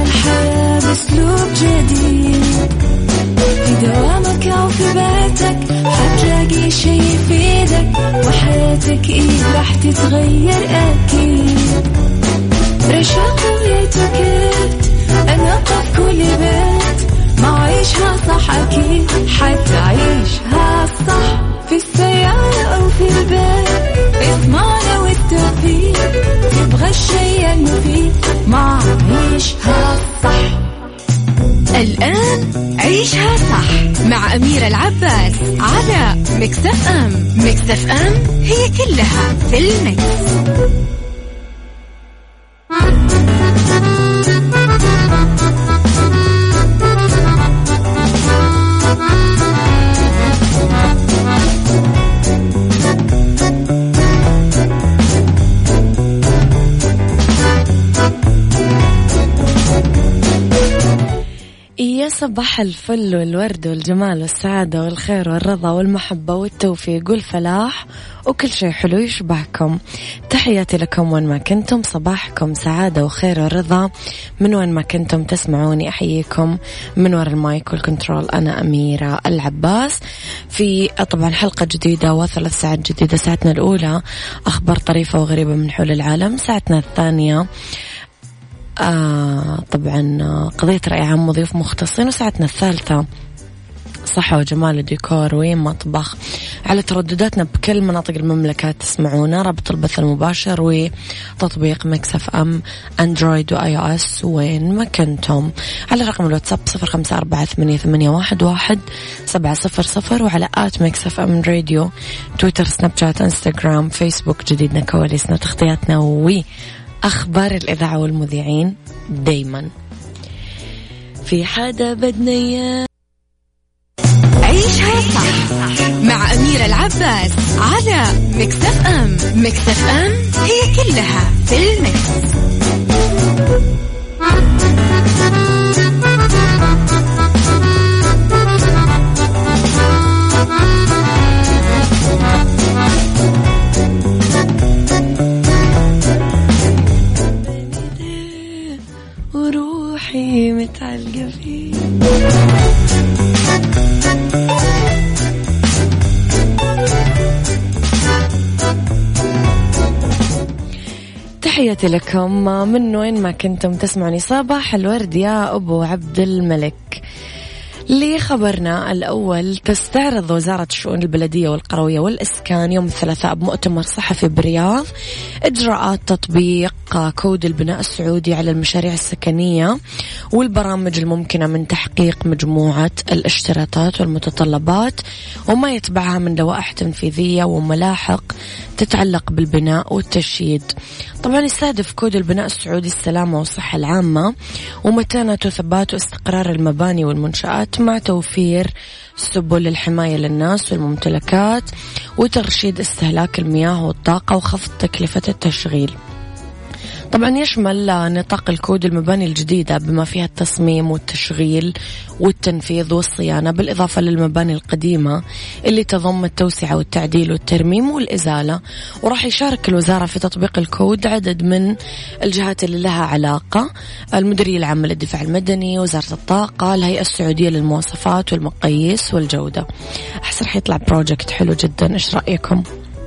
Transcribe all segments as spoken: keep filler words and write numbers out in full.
الحياة بأسلوب جديد. في دوامك أو في بيتك حتلاقي شي يفيدك، وحياتك إيه راح تتغير أكيد. رشاق ويتوكيت أنا قف كل بيت، ما عيشها صح أكيد حتعيشها صح. في السيارة أو في البيت اسمعنا والتوفيق، تبغى الشيء المفيد ما عيشها صح. الآن عيشها صح مع أميرة العباس على ميكس اف ام. ميكس اف ام هي كلها في الميكس. يا صباح الفل والورد والجمال والسعادة والخير والرضا والمحبة والتوفيق والفلاح وكل شيء حلو يشبهكم. تحياتي لكم وين ما كنتم، صباحكم سعادة وخير ورضا من وين ما كنتم تسمعوني. أحييكم من وراء المايك والكنترول، أنا أميرة العباس في طبعا حلقة جديدة وثلاث ساعات جديدة. ساعتنا الأولى أخبار طريفة وغريبة من حول العالم، ساعتنا الثانية آه طبعا قضية رأي عام وضيوف مختصين، وساعتنا الثالثة صحة وجمال وديكور ومطبخ. على تردداتنا بكل مناطق المملكة تسمعونا، رابط البث المباشر وتطبيق ميكس اف ام اندرويد واي او اس وين ما كنتم. على رقم الواتساب صفر خمسة أربعة ثمانية ثمانية واحد واحد سبعة صفر صفر، وعلى آت ميكس اف ام راديو، تويتر، سناب شات، انستغرام، فيسبوك. جديدنا، كواليسنا، تغطياتنا و أخبار الإذاعة والمذيعين دايما في حدا بدنا. عيشها صح مع أميرة العباس على ميكس اف ام. ميكس اف ام هي كلها في الميكس. وروحي متعلقة فيه. تحياتي لكم من وين ما كنتم تسمعني. صباح الورد يا أبو عبد الملك. لخبرنا الأول، تستعرض وزارة الشؤون البلدية والقروية والإسكان يوم الثلاثاء بمؤتمر صحفي بالرياض إجراءات تطبيق كود البناء السعودي على المشاريع السكنية والبرامج الممكنة من تحقيق مجموعة الاشتراطات والمتطلبات وما يتبعها من لوائح تنفيذية وملاحق تتعلق بالبناء والتشييد. طبعا يستهدف كود البناء السعودي السلامة والصحة العامة ومتانة وثبات واستقرار المباني والمنشآت مع توفير سبل الحماية للناس والممتلكات وترشيد استهلاك المياه والطاقة وخفض تكلفة التشغيل. طبعا يشمل نطاق الكود المباني الجديدة بما فيها التصميم والتشغيل والتنفيذ والصيانة، بالإضافة للمباني القديمة اللي تضم التوسعة والتعديل والترميم والإزالة. وراح يشارك الوزارة في تطبيق الكود عدد من الجهات اللي لها علاقة: المديرية العامة للدفاع المدني، وزارة الطاقة، الهيئة السعودية للمواصفات والمقاييس والجودة. أحس رح يطلع بروجكت حلو جدا، إيش رأيكم؟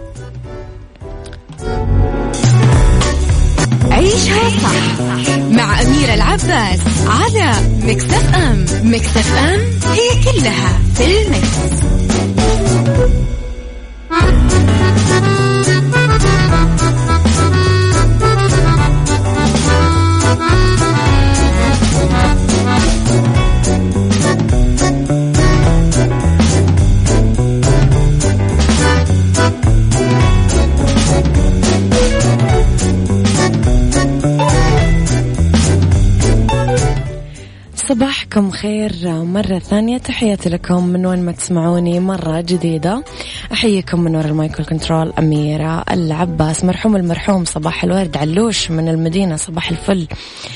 عيشها صح مع أميرة العباس على ميكس اف ام. ميكس اف ام هي كلها في الميكس. صباحكم خير مرة ثانية، تحياتي لكم من وين ما تسمعوني مرة جديدة. أحييكم من وراء المايك والكنترول أميرة العباس. مرحوم المرحوم صباح الورد علوش من المدينة، صباح الفل.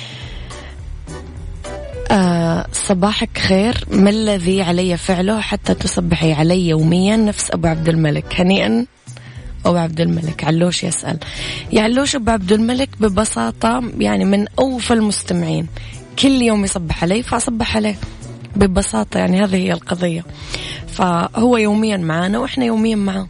آه صباحك خير، ما الذي علي فعله حتى تصبحي علي يوميا نفس أبو عبد الملك؟ هنيئا أبو عبد الملك. علوش يسأل، يا علوش أبو عبد الملك ببساطة يعني من أوفى المستمعين، كل يوم يصبح علي فأصبح عليه ببساطة. يعني هذه هي القضية. فهو يوميا معنا وإحنا يوميا معه.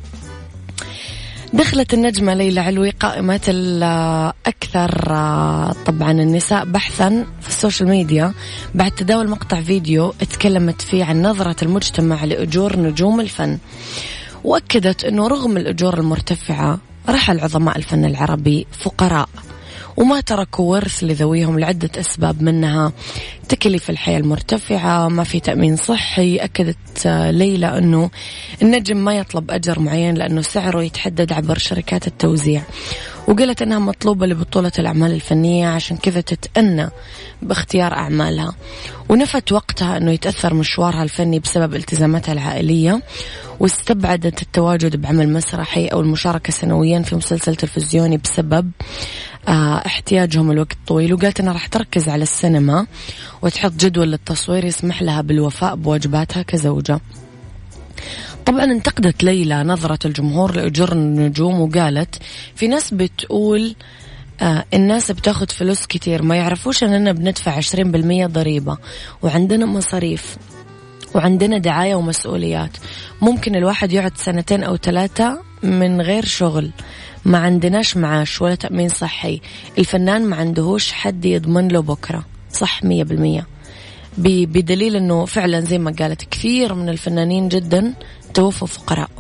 دخلت النجمة ليلى علوي قائمة الأكثر طبعا النساء بحثا في السوشيال ميديا بعد تداول مقطع فيديو تكلمت فيه عن نظرة المجتمع لأجور نجوم الفن، وأكدت أنه رغم الأجور المرتفعة رحل عظماء الفن العربي فقراء وما تركوا ورث لذويهم لعدة أسباب، منها تكاليف الحياة المرتفعة، ما في تأمين صحي. أكدت ليلى أنه النجم ما يطلب أجر معين لأنه سعره يتحدد عبر شركات التوزيع، وقالت أنها مطلوبة لبطولة الأعمال الفنية عشان كذا تتأنى باختيار أعمالها، ونفت وقتها أنه يتأثر مشوارها الفني بسبب التزاماتها العائلية، واستبعدت التواجد بعمل مسرحي أو المشاركة سنويا في مسلسل تلفزيوني بسبب اه احتياجهم الوقت طويل. وقالت أنها راح تركز على السينما وتحط جدول للتصوير يسمح لها بالوفاء بواجباتها كزوجة. طبعا انتقدت ليلى نظرة الجمهور لأجور النجوم، وقالت في ناس بتقول آه الناس بتاخد فلوس كتير، ما يعرفوش أننا بندفع عشرين بالمية ضريبة وعندنا مصاريف وعندنا دعاية ومسؤوليات. ممكن الواحد يقعد سنتين أو ثلاثة من غير شغل، ما عندناش معاش ولا تأمين صحي. الفنان ما عندهوش حد يضمن له بكرة. صح مية بالمية، بدليل أنه فعلا زي ما قالت كثير من الفنانين جدا توفوا فقراء.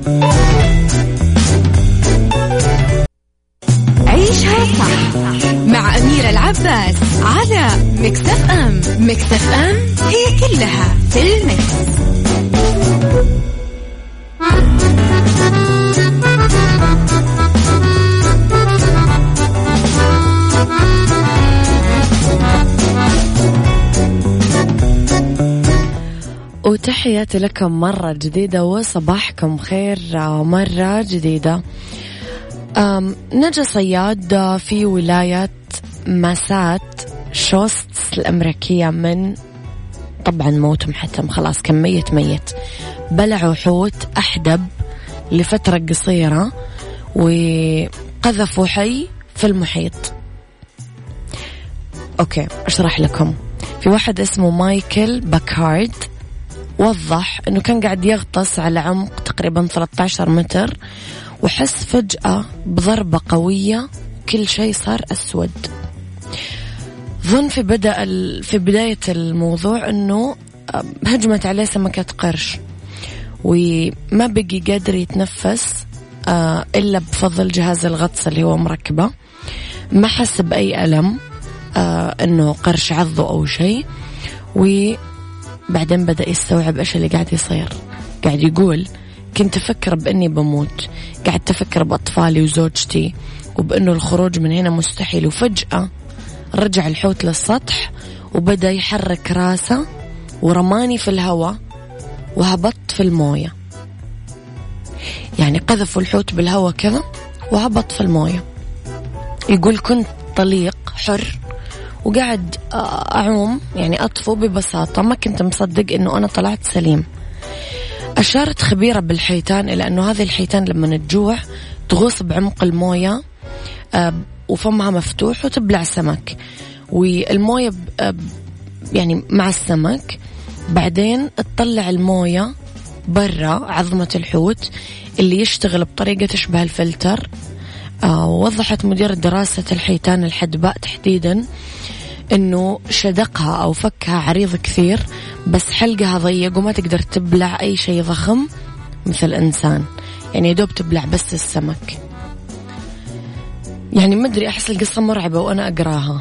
عيشها صح مع أميرة العباس على ميكس اف ام. ميكس اف ام هي كلها في الميكس. وتحياتي لكم مرة جديدة وصباحكم خير مرة جديدة. نجا صياد في ولاية ماسات شوستس الأمريكية من طبعا موت محتم، خلاص كان ميت ميت. بلعوا حوت أحدب لفترة قصيرة وقذفوا حي في المحيط. أوكي أشرح لكم. في واحد اسمه مايكل باكارد وضح أنه كان قاعد يغطس على عمق تقريبا ثلاثة عشر متر وحس فجأة بضربة قوية كل شيء صار أسود. ظن في بدأ في بداية الموضوع أنه هجمت عليه سمكة قرش وما بقي قادر يتنفس إلا بفضل جهاز الغطس اللي هو مركبه. ما حس بأي ألم أنه قرش عضه أو شيء، وبعدين بدأ يستوعب إيش اللي قاعد يصير. قاعد يقول كنت أفكر بأني بموت، قاعد تفكر بأطفالي وزوجتي وبأنه الخروج من هنا مستحيل. وفجأة رجع الحوت للسطح وبدأ يحرك راسه ورماني في الهواء وهبط في الموية. يعني قذفوا الحوت بالهواء كذا وهبط في الموية. يقول كنت طليق حر وقاعد أعوم يعني أطفو ببساطة، ما كنت مصدق أنه أنا طلعت سليم. أشارت خبيرة بالحيتان إلى أنه هذه الحيتان لما تجوع تغوص بعمق الموية وفمها مفتوح وتبلع سمك، والموية يعني مع السمك بعدين تطلع الموية برا عظمة الحوت اللي يشتغل بطريقة تشبه الفلتر. ووضحت مدير دراسة الحيتان الحدباء تحديدا أنه شدقها أو فكها عريض كثير بس حلقها ضيق وما تقدر تبلع أي شيء ضخم مثل إنسان، يعني يدوب تبلع بس السمك. يعني ما أدري، أحس القصة مرعبة وأنا أقراها.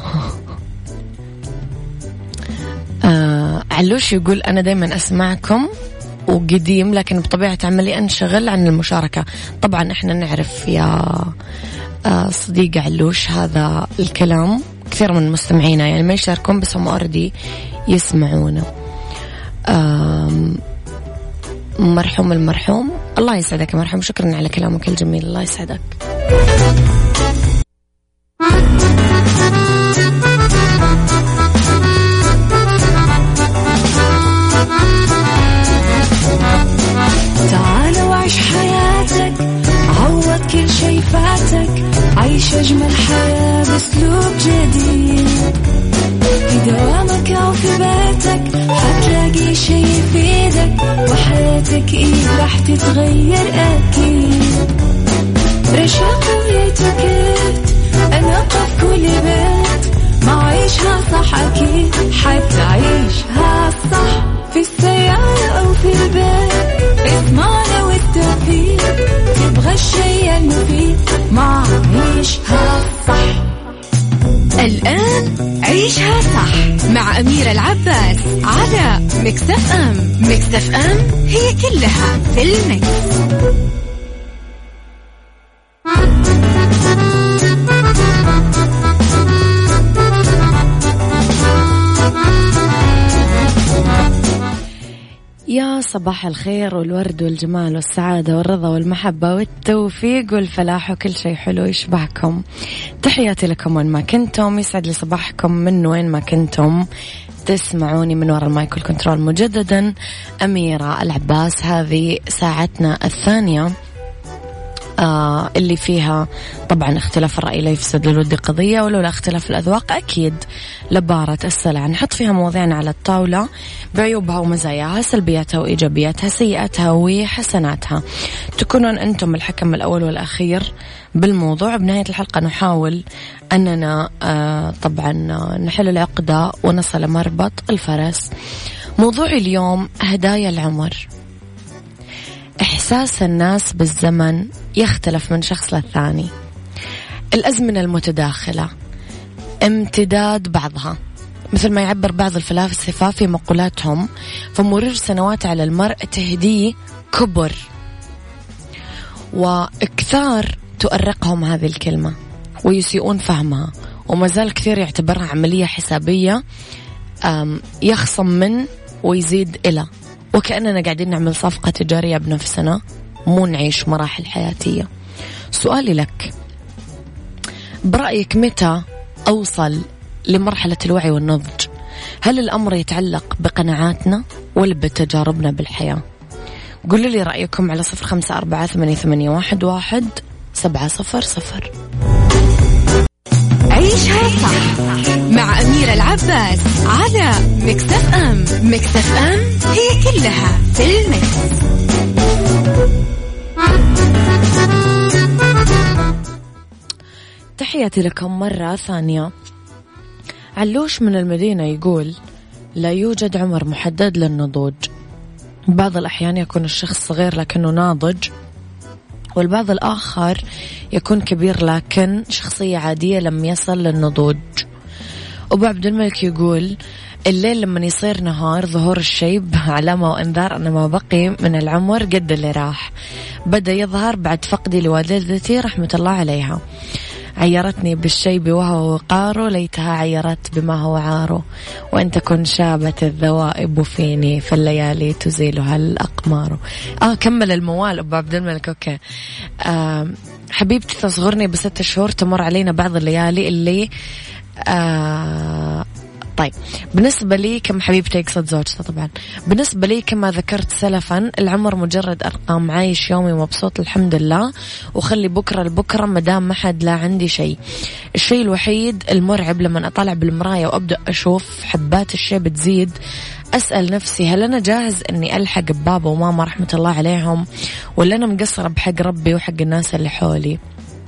آه علوش يقول أنا دايما أسمعكم وقديم لكن بطبيعة عملي أنشغل عن المشاركة. طبعا إحنا نعرف يا آه صديق علوش هذا الكلام، كثير من مستمعينا يعني ما يشاركون بس هم أردي يسمعونه. مرحوم المرحوم، الله يسعدك مرحوم، شكرا على كلامك الجميل، الله يسعدك. تعال وعيش حياتك، عوض كل شي فاتك، عيش أجمل حياة بأسلوب جديد. لك إيه راح تتغير أكيد. رشاق ويتوكيت أنا قف كل بيت ما عيشها صح أكيد حتعيشها صح في السيارة أو في البيت اسمعنا والتوفيق تبغى الشيء المفيد ما عيشها صح. الآن عيشها صح مع أميرة العباس على ميكس اف ام. ميكس اف ام هي كلها في الميكس. يا صباح الخير والورد والجمال والسعادة والرضا والمحبة والتوفيق والفلاح وكل شيء حلو يشبهكم. تحياتي لكم وين ما كنتم، يسعد لي صباحكم من وين ما كنتم تسمعوني من وراء المايك والكنترول. مجددا أميرة العباس، هذه ساعتنا الثانية آه اللي فيها طبعا اختلاف الرأي لا يفسد للود قضية، ولولا اختلاف الأذواق أكيد لبارة السلع. نحط فيها مواضيعنا على الطاولة بعيوبها ومزاياها، سلبياتها وإيجابياتها، سيئاتها وحسناتها. تكونون أنتم الحكم الأول والأخير بالموضوع. بنهاية الحلقة نحاول أننا آه طبعا نحل العقدة ونصل مربط الفرس. موضوعي اليوم هدايا العمر. إحساس الناس بالزمن يختلف من شخص للثاني. الأزمنة المتداخلة، امتداد بعضها، مثل ما يعبر بعض الفلاسفة في مقولاتهم: فمرور سنوات على المرء تهديه كبر. وكثار تؤرقهم هذه الكلمة ويسيئون فهمها، وما زال كثير يعتبرها عملية حسابية يخصم من ويزيد إلى، وكأننا قاعدين نعمل صفقة تجارية بنفسنا، مو نعيش مراحل حياتية. سؤالي لك، برأيك متى أوصل لمرحلة الوعي والنضج؟ هل الأمر يتعلق بقناعاتنا ولا بتجاربنا بالحياة؟ قولوا لي رأيكم على صفر خمسة أربعة ثمانية ثمانية واحد واحد سبعة صفر صفر. عيشها صح مع أميرة العباس على ميكس اف ام. ميكس اف ام هي كلها في الميكس. تحياتي لكم مرة ثانية. علوش من المدينة يقول: لا يوجد عمر محدد للنضوج. بعض الأحيان يكون الشخص صغير لكنه ناضج، والبعض الآخر يكون كبير لكن شخصية عادية لم يصل للنضوج. أبو عبد الملك يقول: الليل لما يصير نهار ظهور الشيب علامة وإنذار أن ما بقي من العمر قد اللي راح. بدأ يظهر بعد فقدي لوالدتي رحمة الله عليها، عيرتني بالشيب وهو وقاره، ليتها عيرت بما هو عاره، وأن تكون شابة الذوائب فيني فالليالي تزيلها الأقمار. آه كمل الموال أبو عبد الملك. أوكي. آه حبيبتي تصغرني بست شهور، تمر علينا بعض الليالي اللي آه طيب بالنسبة لي كم حبيبتي يقصد زوجته طبعا. بالنسبة لي كما ذكرت سلفا، العمر مجرد أرقام، عايش يومي مبسوط الحمد لله، وخلي بكرة لبكرة مدام ما حد لا عندي شيء. الشيء الوحيد المرعب لما أطالع بالمراية وأبدأ أشوف حبات الشيء بتزيد، أسأل نفسي هل أنا جاهز أني ألحق ببابا وماما رحمة الله عليهم، ولا أنا مقصرة بحق ربي وحق الناس اللي حولي؟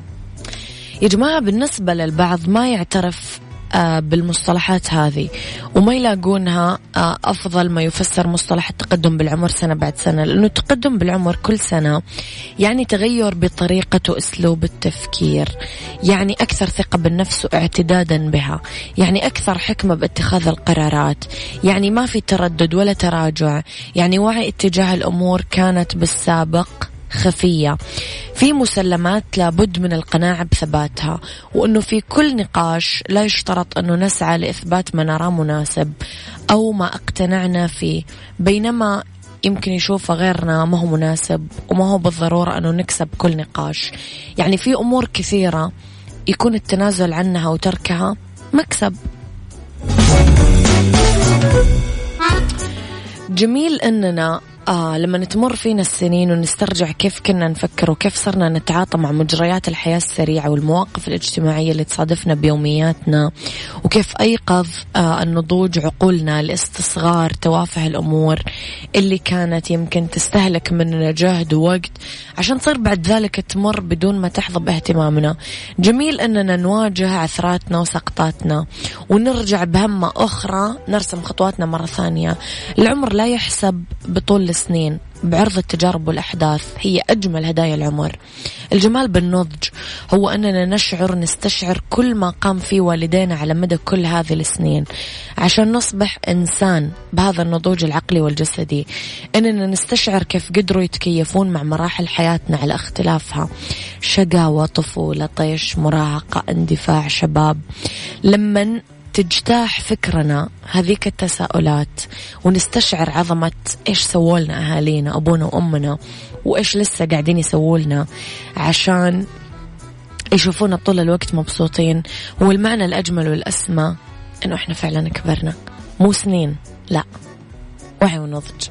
يا جماعة بالنسبة للبعض ما يعترف بالمصطلحات هذه وما يلاقونها أفضل ما يفسر مصطلح التقدم بالعمر سنة بعد سنة، لأنه التقدم بالعمر كل سنة يعني تغير بطريقة وأسلوب التفكير، يعني أكثر ثقة بالنفس واعتدادا بها، يعني أكثر حكمة باتخاذ القرارات، يعني ما في تردد ولا تراجع، يعني وعي اتجاه الأمور كانت بالسابق خفية، في مسلمات لابد من القناعة بثباتها، وأنه في كل نقاش لا يشترط أنه نسعى لإثبات ما نراه مناسب أو ما اقتنعنا فيه، بينما يمكن يشوف غيرنا ما هو مناسب، وما هو بالضرورة أنه نكسب كل نقاش. يعني في أمور كثيرة يكون التنازل عنها وتركها مكسب. جميل أننا آه لما تمر فينا السنين ونسترجع كيف كنا نفكر وكيف صرنا نتعاطى مع مجريات الحياة السريعة والمواقف الاجتماعية اللي تصادفنا بيومياتنا، وكيف أيقظ آه النضوج عقولنا لاستصغار توافه الأمور اللي كانت يمكن تستهلك مننا جهد ووقت عشان تصير بعد ذلك تمر بدون ما تحظى باهتمامنا. جميل أننا نواجه عثراتنا وسقطاتنا ونرجع بهمة أخرى نرسم خطواتنا مرة ثانية. العمر لا يحسب بطول السنين، بعرض التجارب والأحداث هي أجمل هدايا العمر. الجمال بالنضج هو أننا نشعر نستشعر كل ما قام فيه والدينا على مدى كل هذه السنين عشان نصبح إنسان بهذا النضوج العقلي والجسدي، أننا نستشعر كيف قدروا يتكيفون مع مراحل حياتنا على اختلافها، شقاوة، طفولة، طيش، مراهقة، اندفاع، شباب. لمن تجتاح فكرنا هذيك التساؤلات ونستشعر عظمة إيش سوولنا أهالينا أبونا وأمنا وإيش لسه قاعدين يسوولنا عشان يشوفونا طول الوقت مبسوطين، هو المعنى الأجمل والأسمى إنه إحنا فعلا كبرنا، مو سنين، لا، وعي ونضج.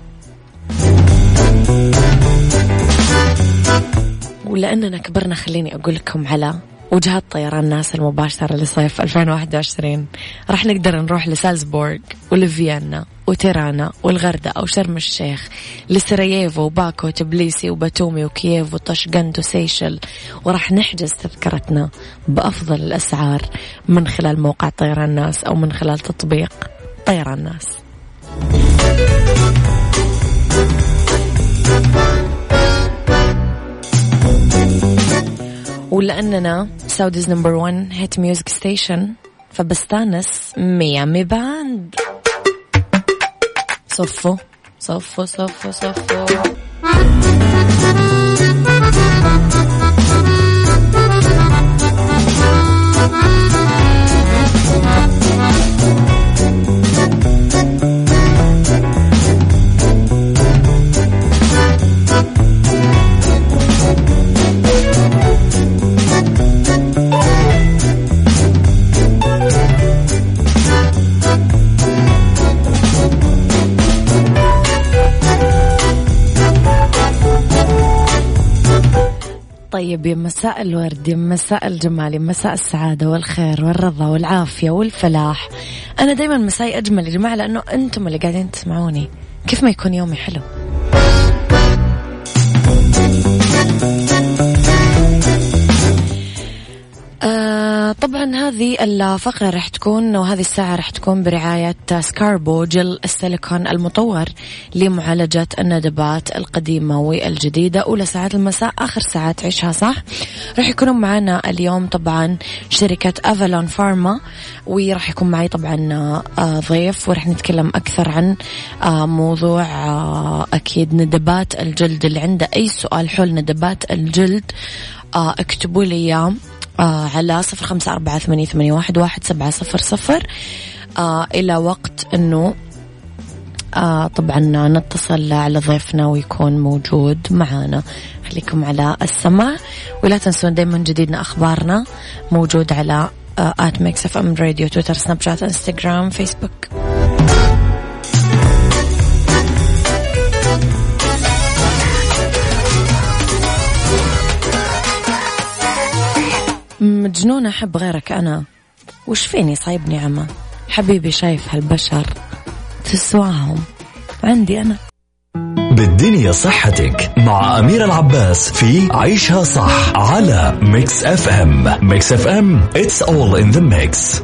ولأننا كبرنا خليني أقول لكم على وجهات طيران ناس المباشرة لصيف ألفين وواحد وعشرين. راح نقدر نروح لسالزبورغ ولفيينا وتيرانا والغردقة وشرم الشيخ، لسراييفو وباكو وتبليسي وباتومي وكييف وطشقند وسيشل، وراح نحجز تذكرتنا بأفضل الأسعار من خلال موقع طيران ناس أو من خلال تطبيق طيران ناس. ولأننا سعوديز نمبر وان هيت ميوزك ستيشن فبستانس ميامي باند. صفو صفو صفو صفو. طيب، يا مساء الورد، يا مساء الجمال، يا مساء السعادة والخير والرضا والعافية والفلاح. أنا دايما مساي أجمل يا جماعة لأنه أنتم اللي قاعدين تسمعوني. كيف ما يكون يومي حلو. آه طبعا هذه الفقرة رح تكون وهذه الساعة رح تكون برعاية سكاربو جل السيليكون المطور لمعالجة الندبات القديمة والجديدة. أولى ساعات المساء، آخر ساعات عيشها صح. رح يكونوا معنا اليوم طبعا شركة أفالون فارما، ورح يكون معي طبعا آه ضيف، ورح نتكلم أكثر عن آه موضوع آه أكيد ندبات الجلد. اللي عنده أي سؤال حول ندبات الجلد آه اكتبوا لي إياه آه على صفر خمسة أربعة ثمانية ثمانية واحد واحد سبعة صفر صفر آه إلى وقت أنه آه طبعا نتصل على ضيفنا ويكون موجود معنا. خليكم على السماع، ولا تنسون دايما جديدنا أخبارنا موجود على آه آت ميكس اف ام راديو، تويتر، سناب شات، انستغرام، فيسبوك. مجنون أحب غيرك أنا، وش فيني صايبني عمى، حبيبي شايف هالبشر تسواهم عندي أنا. بالدنيا صحتك مع أميرة العباس في عيشها صح على ميكس اف ام. ميكس اف ام it's all in the mix.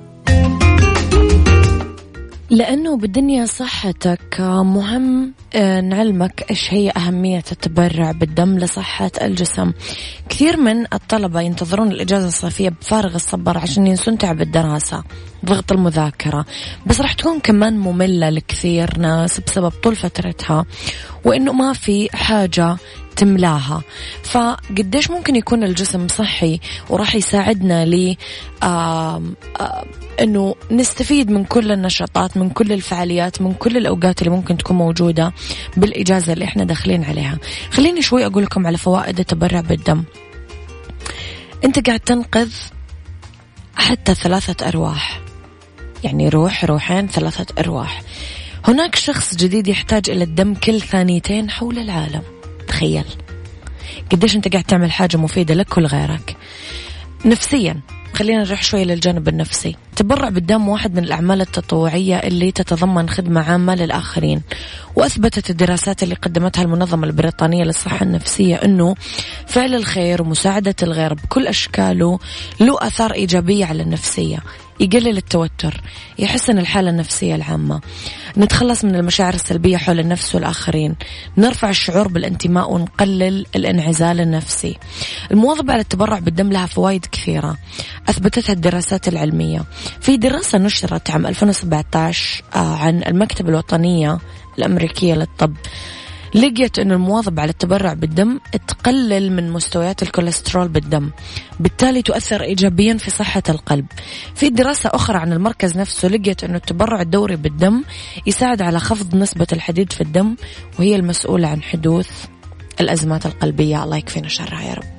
لأنه بالدنيا صحتك مهم نعلمك إيش هي أهمية التبرع بالدم لصحة الجسم. كثير من الطلبة ينتظرون الإجازة الصيفية بفارغ الصبر عشان ينسون تعب الدراسة، ضغط المذاكرة، بس راح تكون كمان مملة لكثير ناس بسبب طول فترتها وإنه ما في حاجة تملاها. فقديش ممكن يكون الجسم صحي وراح يساعدنا لي آه آه إنه نستفيد من كل النشاطات، من كل الفعاليات، من كل الأوقات اللي ممكن تكون موجودة بالإجازة اللي إحنا داخلين عليها. خليني شوي أقول لكم على فوائد التبرع بالدم. أنت قاعد تنقذ حتى ثلاثة أرواح، يعني روح، روحين، ثلاثة أرواح. هناك شخص جديد يحتاج إلى الدم كل ثانيتين حول العالم. تخيل قديش أنت قاعد تعمل حاجة مفيدة لك ولغيرك. نفسيا خلينا نروح شوي للجانب النفسي. تبرع بالدم واحد من الأعمال التطوعية اللي تتضمن خدمة عامة للآخرين، وأثبتت الدراسات اللي قدمتها المنظمة البريطانية للصحة النفسية أنه فعل الخير ومساعدة الغير بكل أشكاله له آثار إيجابية على النفسية. يقلل التوتر، يحسن الحالة النفسية العامة، نتخلص من المشاعر السلبية حول النفس والآخرين، نرفع الشعور بالانتماء ونقلل الانعزال النفسي. المواظبة على التبرع بالدم لها فوائد كثيرة أثبتتها الدراسات العلمية. في دراسة نشرت عام ألفين وسبعة عشر عن المكتبة الوطنية الأمريكية للطب، لقيت أن المواظبة على التبرع بالدم تقلل من مستويات الكوليسترول بالدم، بالتالي تؤثر إيجابيا في صحة القلب. في دراسة أخرى عن المركز نفسه لقيت أن التبرع الدوري بالدم يساعد على خفض نسبة الحديد في الدم، وهي المسؤولة عن حدوث الأزمات القلبية. الله يكفينا شرها يا رب.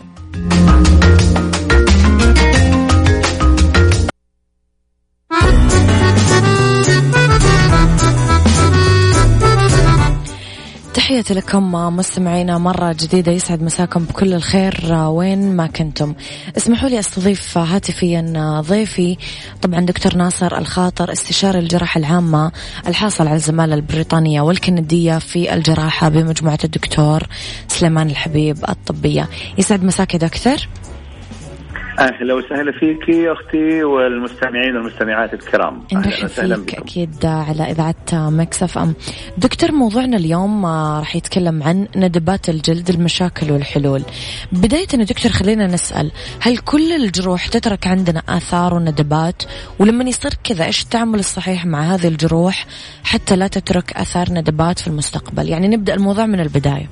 تحياتي لكم مستمعينا مرة جديدة، يسعد مساكم بكل الخير وين ما كنتم. اسمحوا لي استضيف هاتفيا ضيفي طبعا دكتور ناصر الخاطر، استشاري الجراحة العامة الحاصل على الزمالة البريطانية والكندية في الجراحة بمجموعة الدكتور سليمان الحبيب الطبية. يسعد مساك يا دكتور. أهلا وسهلا فيك يا أختي والمستمعين والمستمعات الكرام. أهلا وسهلا فيك أكيد على إذاعة ميكس اف ام. دكتور موضوعنا اليوم راح يتكلم عن ندبات الجلد، المشاكل والحلول. بداية يا دكتور خلينا نسأل، هل كل الجروح تترك عندنا آثار وندبات؟ ولما يصير كذا إيش التعامل الصحيح مع هذه الجروح حتى لا تترك آثار ندبات في المستقبل؟ يعني نبدأ الموضوع من البداية.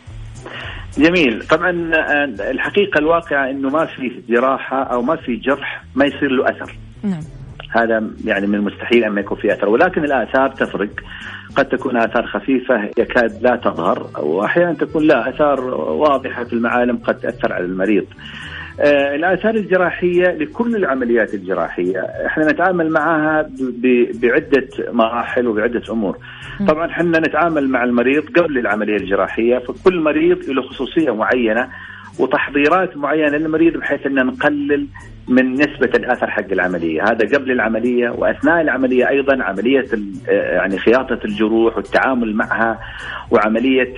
جميل. طبعا الحقيقة الواقعة إنه ما في جراحة أو ما في جرح ما يصير له أثر. نعم. هذا يعني من المستحيل أن يكون فيه أثر، ولكن الآثار تفرق. قد تكون آثار خفيفة يكاد لا تظهر، وأحيانا تكون لا آثار واضحة في المعالم قد تأثر على المريض. آه الآثار الجراحية لكل العمليات الجراحية احنا نتعامل معها بعدة مراحل وبعدة أمور. طبعا احنا نتعامل مع المريض قبل العملية الجراحية، فكل مريض له خصوصية معينة وتحضيرات معينة للمريض بحيث أن نقلل من نسبة الأثر حق العملية. هذا قبل العملية وأثناء العملية أيضا، عملية يعني خياطة الجروح والتعامل معها، وعملية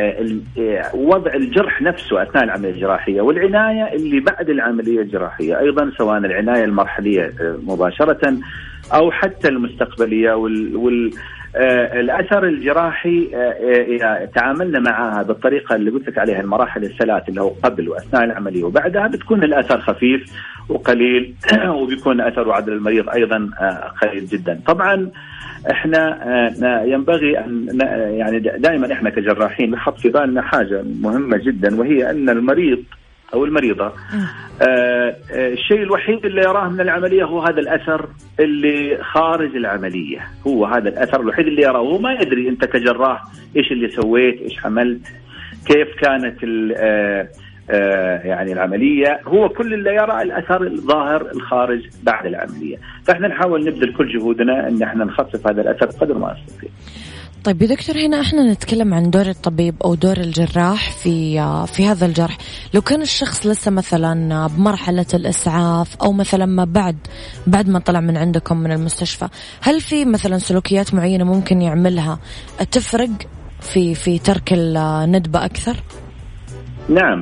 وضع الجرح نفسه أثناء العملية الجراحية، والعناية اللي بعد العملية الجراحية أيضا، سواء العناية المرحلية مباشرة أو حتى المستقبلية. وال, وال آه الأثر الجراحي آه تعاملنا معها بالطريقة اللي قلت لك عليها، المراحل الثلاث اللي هو قبل وأثناء العملية وبعدها، بتكون الأثر خفيف وقليل وبيكون أثر وعدل المريض أيضا آه قليل جدا. طبعا احنا آه ينبغي أن يعني دائما احنا كجراحين نحط في بالنا حاجة مهمة جدا، وهي أن المريض أو المريضة آه آه الشيء الوحيد اللي يراه من العملية هو هذا الأثر اللي خارج العملية، هو هذا الأثر الوحيد اللي يراه. هو ما يدري أنت كجراح إيش اللي سويت، إيش عملت، كيف كانت آه آه يعني العملية. هو كل اللي يرى الأثر الظاهر الخارج بعد العملية. فإحنا نحاول نبذل كل جهودنا أن احنا نخفف هذا الأثر قدر ما نستطيع. طيب يا دكتور، هنا احنا نتكلم عن دور الطبيب او دور الجراح في في هذا الجرح. لو كان الشخص لسه مثلا بمرحلة الإسعاف او مثلا ما بعد بعد ما طلع من عندكم من المستشفى، هل في مثلا سلوكيات معينة ممكن يعملها تفرق في في ترك الندبة أكثر؟ نعم،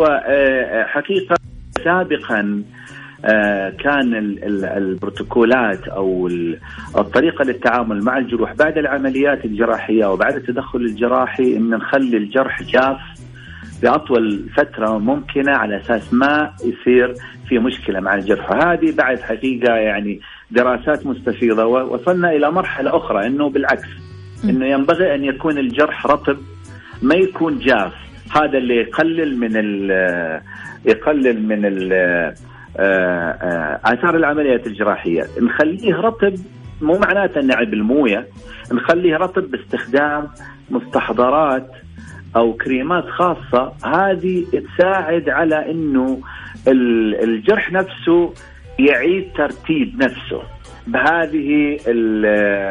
وحقيقة سابقا آه كان البروتوكولات أو الطريقة للتعامل مع الجروح بعد العمليات الجراحية وبعد التدخل الجراحي إن نخلي الجرح جاف بأطول فترة ممكنة على أساس ما يصير في مشكلة مع الجرح. هذه بعد حقيقة يعني دراسات مستفيضة، ووصلنا إلى مرحلة أخرى إنه بالعكس، إنه ينبغي أن يكون الجرح رطب ما يكون جاف. هذا اللي يقلل من ال يقلل من ال آثار العمليات الجراحية. نخليه رطب مو معناته نعب الموية، نخليه رطب باستخدام مستحضرات أو كريمات خاصة، هذه تساعد على إنه الجرح نفسه يعيد ترتيب نفسه بهذه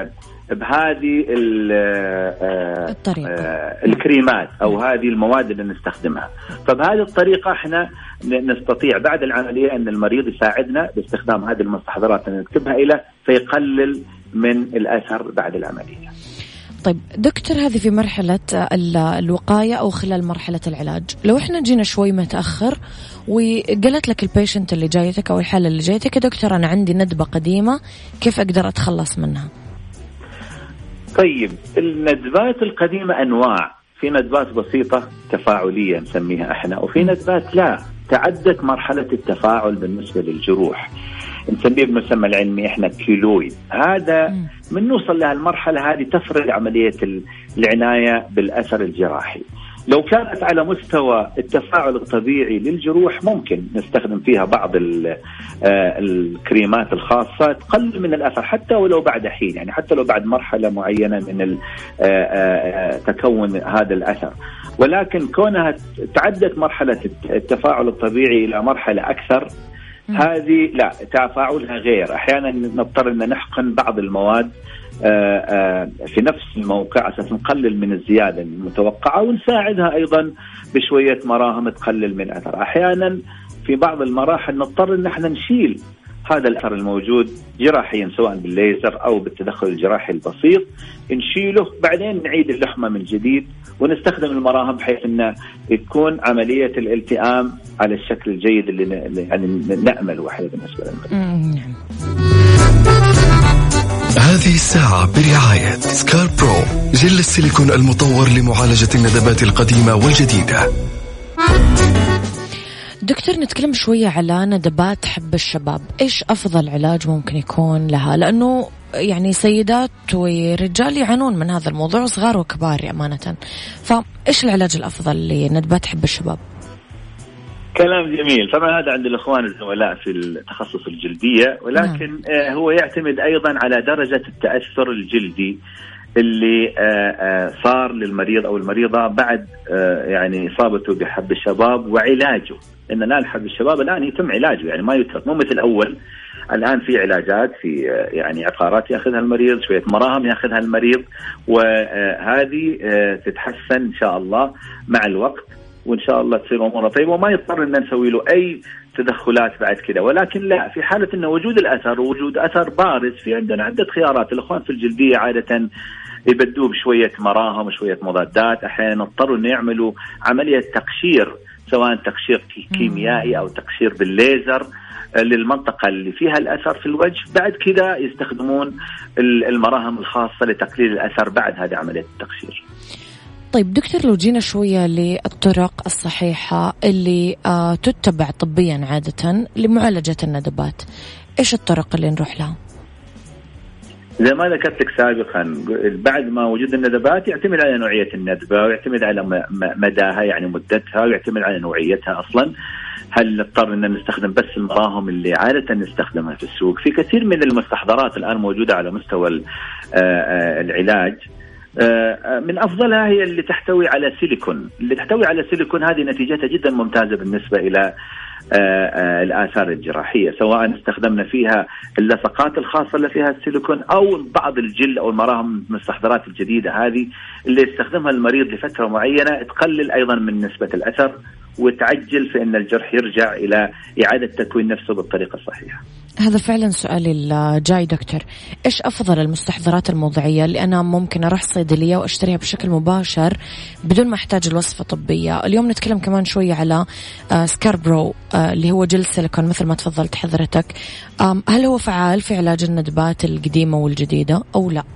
بهذه الطريقة الكريمات أو هذه المواد اللي نستخدمها. فبهذه الطريقة احنا نستطيع بعد العملية أن المريض يساعدنا باستخدام هذه المستحضرات اللي نكتبها إليه فيقلل من الأثر بعد العملية. طيب دكتور، هذه في مرحلة الوقاية أو خلال مرحلة العلاج. لو إحنا جينا شوي متأخر وقالت لك البيشنت اللي جايتك أو الحالة اللي جايتك يا دكتور أنا عندي ندبة قديمة، كيف أقدر أتخلص منها؟ طيب الندبات القديمة أنواع، في ندبات بسيطة تفاعلية نسميها احنا، وفي ندبات لا تعدت مرحلة التفاعل بالنسبة للجروح، نسميه بالمسمى العلمي احنا كيلويد. هذا من نوصل لهالمرحلة هذه تفرض عملية العناية بالأثر الجراحي. لو كانت على مستوى التفاعل الطبيعي للجروح ممكن نستخدم فيها بعض الكريمات الخاصة تقلل من الأثر حتى ولو بعد حين، يعني حتى لو بعد مرحلة معينة من تكون هذا الأثر. ولكن كونها تعدت مرحلة التفاعل الطبيعي إلى مرحلة أكثر، هذه لا تفاعلها غير. أحيانا نضطر أن نحقن بعض المواد في نفس الموقع عشان نقلل من الزيادة المتوقعة، ونساعدها أيضا بشوية مراهم تقلل من أثر. أحيانا في بعض المراحل نضطر أن احنا نشيل هذا الأثر الموجود جراحيا سواء بالليزر أو بالتدخل الجراحي البسيط، نشيله بعدين نعيد اللحمة من جديد ونستخدم المراهم بحيث أن تكون عملية الالتئام على الشكل الجيد اللي يعني نأمل واحدة بالنسبة لنا. هذه الساعة برعاية سكار برو، جل السيليكون المطور لمعالجة الندبات القديمة والجديدة. دكتور، نتكلم شوية على ندبات حب الشباب. إيش أفضل علاج ممكن يكون لها؟ لأنه يعني سيدات ورجال يعانون من هذا الموضوع، صغار وكبار أمانة. فإيش العلاج الأفضل لندبات حب الشباب؟ كلام جميل. طبعا هذا عند الإخوان الزملاء في التخصص الجلدية، ولكن آه هو يعتمد أيضا على درجة التأثر الجلدي اللي آه آه صار للمريض أو المريضة بعد آه يعني إصابته بحب الشباب وعلاجه. إن الآن حب الشباب الآن يتم علاجه، يعني ما يترك، مو مثل أول. الآن في علاجات، في آه يعني عقارات يأخذها المريض، شوية مراهم يأخذها المريض، وهذه آه تتحسن إن شاء الله مع الوقت، وإن شاء الله تصير أمورنا طيبة وما يضطر إن نسوي له أي تدخلات بعد كده. ولكن لا، في حالة إنه وجود الأثر ووجود أثر بارز، في عندنا عدة خيارات. الأخوان في الجلدية عادة يبدوا بشوية مراهم وشوية مضادات، أحيانا اضطروا إنه يعملوا عملية تقشير، سواء تقشير كيميائي أو تقشير بالليزر للمنطقة اللي فيها الأثر في الوجه. بعد كده يستخدمون المراهم الخاصة لتقليل الأثر بعد هذه عملية التقشير. طيب دكتور، لو جينا شوية للطرق الصحيحة اللي آه تتبع طبيا عادة لمعالجة الندبات، إيش الطرق اللي نروح لها؟ زي ما ذكرت لك سابقا، بعد ما وجود الندبات يعتمد على نوعية الندبة ويعتمد على مداها يعني مدتها ويعتمد على نوعيتها أصلا. هل نضطر أن نستخدم بس المراهم اللي عادة نستخدمها في السوق؟ في كثير من المستحضرات الآن موجودة على مستوى العلاج، من أفضلها هي اللي تحتوي على سيليكون. اللي تحتوي على سيليكون هذه نتيجتها جدا ممتازة بالنسبة إلى الآثار الجراحية، سواء استخدمنا فيها اللصقات الخاصة اللي فيها السيليكون أو بعض الجل أو المراهم المستحضرات الجديدة هذه اللي يستخدمها المريض لفترة معينة، تقلل أيضا من نسبة الأثر وتعجل في أن الجرح يرجع إلى إعادة تكوين نفسه بالطريقة الصحيحة. هذا فعلا سؤالي الجاي دكتور، إيش أفضل المستحضرات الموضعية اللي أنا ممكن أروح صيدلية وأشتريها بشكل مباشر بدون ما أحتاج الوصفة طبية؟ اليوم نتكلم كمان شوية على سكار برو اللي هو جل سيليكون مثل ما تفضلت حضرتك. هل هو فعال في علاج الندبات القديمة والجديدة أو لا؟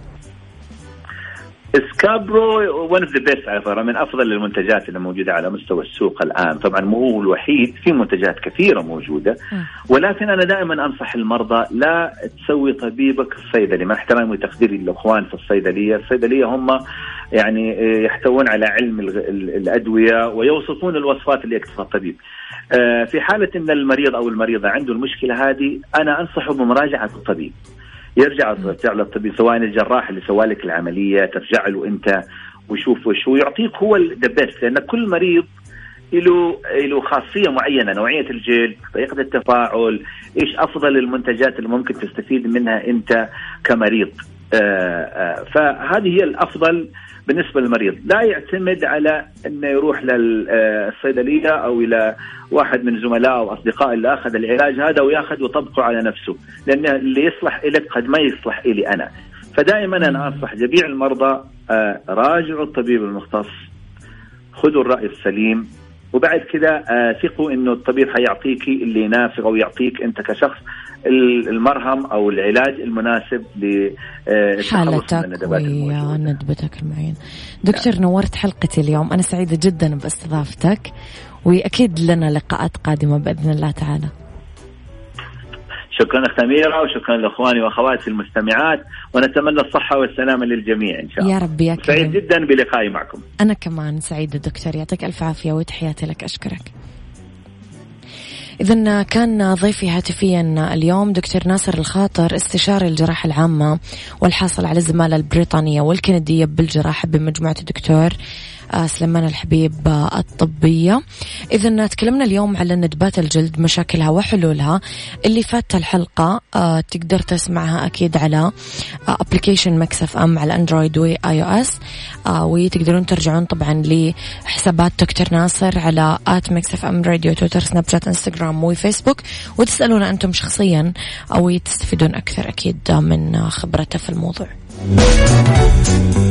سكابرو one of the best على فكرة، من أفضل المنتجات اللي موجودة على مستوى السوق الآن. طبعا مو هو الوحيد، في منتجات كثيرة موجودة، ولكن أنا دائما أنصح المرضى لا تسوي طبيبك الصيدلي. مع احترامي وتقديري للأخوان في الصيدلية، الصيدلية هم يعني يحتوون على علم الأدوية ويوصفون الوصفات اللي يكتبها الطبيب. في حالة أن المريض أو المريضة عنده المشكلة هذه، أنا أنصحه بمراجعة الطبيب. يرجع ترجع للطبيب، سواء الجراح اللي سوالك العملية ترجع له أنت ويشوف وشو يعطيك هو الدبست، لأن كل مريض له له خاصية معينة، نوعية الجلد، طريقة التفاعل، إيش أفضل المنتجات اللي ممكن تستفيد منها أنت كمريض. فهذه هي الأفضل بالنسبة للمريض. لا يعتمد على أنه يروح للصيدلية أو إلى واحد من زملاء أو أصدقاء اللي أخذ العلاج هذا ويأخذ وطبقه على نفسه، لأن اللي يصلح إليك قد ما يصلح إلي أنا. فدائما أنا أنصح جميع المرضى راجعوا الطبيب المختص، خذوا الرأي السليم، وبعد كده ثقوا إنه الطبيب حيعطيكي اللي يناسب أو يعطيك أنت كشخص المرهم أو العلاج المناسب لحالتك وندبتك المعين. دكتور نعم. نورت حلقتي اليوم، أنا سعيدة جدا باستضافتك، وأكيد لنا لقاءات قادمة بإذن الله تعالى. شكرا أخت أميرة، وشكرا لأخواني وأخواتي المستمعات، ونتمنى الصحة والسلامة للجميع إن شاء الله. يا رب. يا سعيد جدا بلقائي معكم. أنا كمان سعيدة دكتور، يعطيك ألف عافية وتحياتي لك. أشكرك. إذن كان ضيفي هاتفيا اليوم دكتور ناصر الخاطر، استشاري الجراحة العامة والحاصل على الزمالة البريطانية والكندية بالجراحة بمجموعة الدكتور سليمان الحبيب الطبية. إذن تكلمنا اليوم على ندبات الجلد، مشاكلها وحلولها. اللي فات الحلقة تقدر تسمعها أكيد على أبليكيشن ميكس اف ام على أندرويد وآي أو إس، وتقدرون ترجعون طبعا لحسابات دكتور ناصر على آت ميكس اف ام راديو، تويتر، سناب شات، انستغرام وفيسبوك، وتسألون أنتم شخصيا أو تستفيدون أكثر أكيد من خبرته في الموضوع.